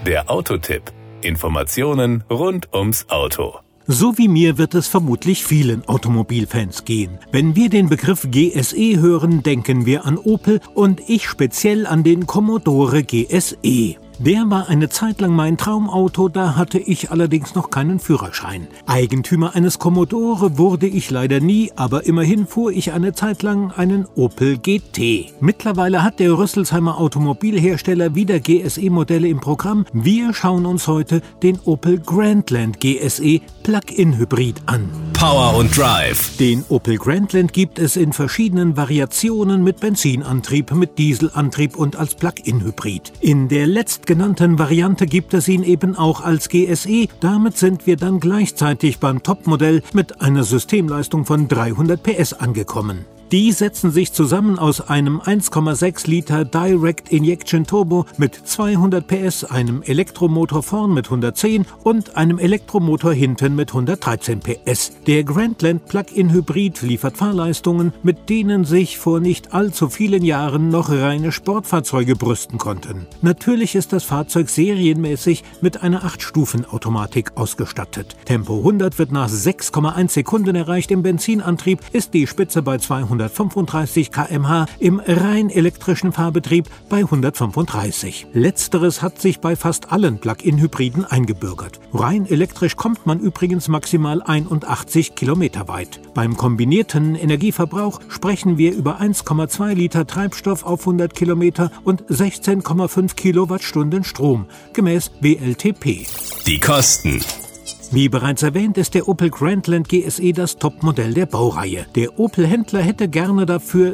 Der Autotipp. Informationen rund ums Auto. So wie mir wird es vermutlich vielen Automobilfans gehen. Wenn wir den Begriff GSE hören, denken wir an Opel und ich speziell an den Commodore GSE. Der war eine Zeit lang mein Traumauto, da hatte ich allerdings noch keinen Führerschein. Eigentümer eines Commodore wurde ich leider nie, aber immerhin fuhr ich eine Zeit lang einen Opel GT. Mittlerweile hat der Rüsselsheimer Automobilhersteller wieder GSE-Modelle im Programm. Wir schauen uns heute den Opel Grandland GSE Plug-in-Hybrid an. Power und Drive. Den Opel Grandland gibt es in verschiedenen Variationen mit Benzinantrieb, mit Dieselantrieb und als Plug-in-Hybrid. In der letztgenannten Variante gibt es ihn eben auch als GSE. Damit sind wir dann gleichzeitig beim Topmodell mit einer Systemleistung von 300 PS angekommen. Die setzen sich zusammen aus einem 1,6 Liter Direct Injection Turbo mit 200 PS, einem Elektromotor vorn mit 110 und einem Elektromotor hinten mit 113 PS. Der Grandland Plug-in Hybrid liefert Fahrleistungen, mit denen sich vor nicht allzu vielen Jahren noch reine Sportfahrzeuge brüsten konnten. Natürlich ist das Fahrzeug serienmäßig mit einer 8-Stufen-Automatik ausgestattet. Tempo 100 wird nach 6,1 Sekunden erreicht. Im Benzinantrieb ist die Spitze bei 235 km/h, im rein elektrischen Fahrbetrieb bei 135. Letzteres hat sich bei fast allen Plug-in-Hybriden eingebürgert. Rein elektrisch kommt man übrigens maximal 81 Kilometer weit. Beim kombinierten Energieverbrauch sprechen wir über 1,2 Liter Treibstoff auf 100 Kilometer und 16,5 Kilowattstunden Strom, gemäß WLTP. Die Kosten. Wie bereits erwähnt, ist der Opel Grandland GSE das Topmodell der Baureihe. Der Opel-Händler hätte gerne dafür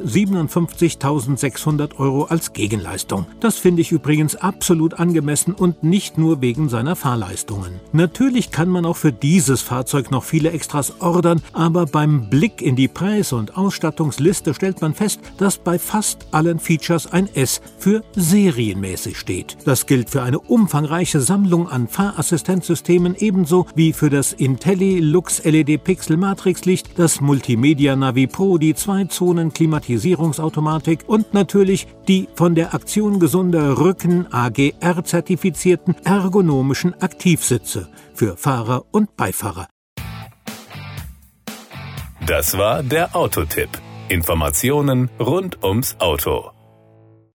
57.600 € als Gegenleistung. Das finde ich übrigens absolut angemessen und nicht nur wegen seiner Fahrleistungen. Natürlich kann man auch für dieses Fahrzeug noch viele Extras ordern, aber beim Blick in die Preis- und Ausstattungsliste stellt man fest, dass bei fast allen Features ein S für serienmäßig steht. Das gilt für eine umfangreiche Sammlung an Fahrassistenzsystemen ebenso wie für das IntelliLux LED Pixel Matrix Licht, das Multimedia Navi Pro, die 2-Zonen-Klimatisierungsautomatik und natürlich die von der Aktion Gesunder Rücken AGR zertifizierten ergonomischen Aktivsitze für Fahrer und Beifahrer. Das war der Autotipp. Informationen rund ums Auto.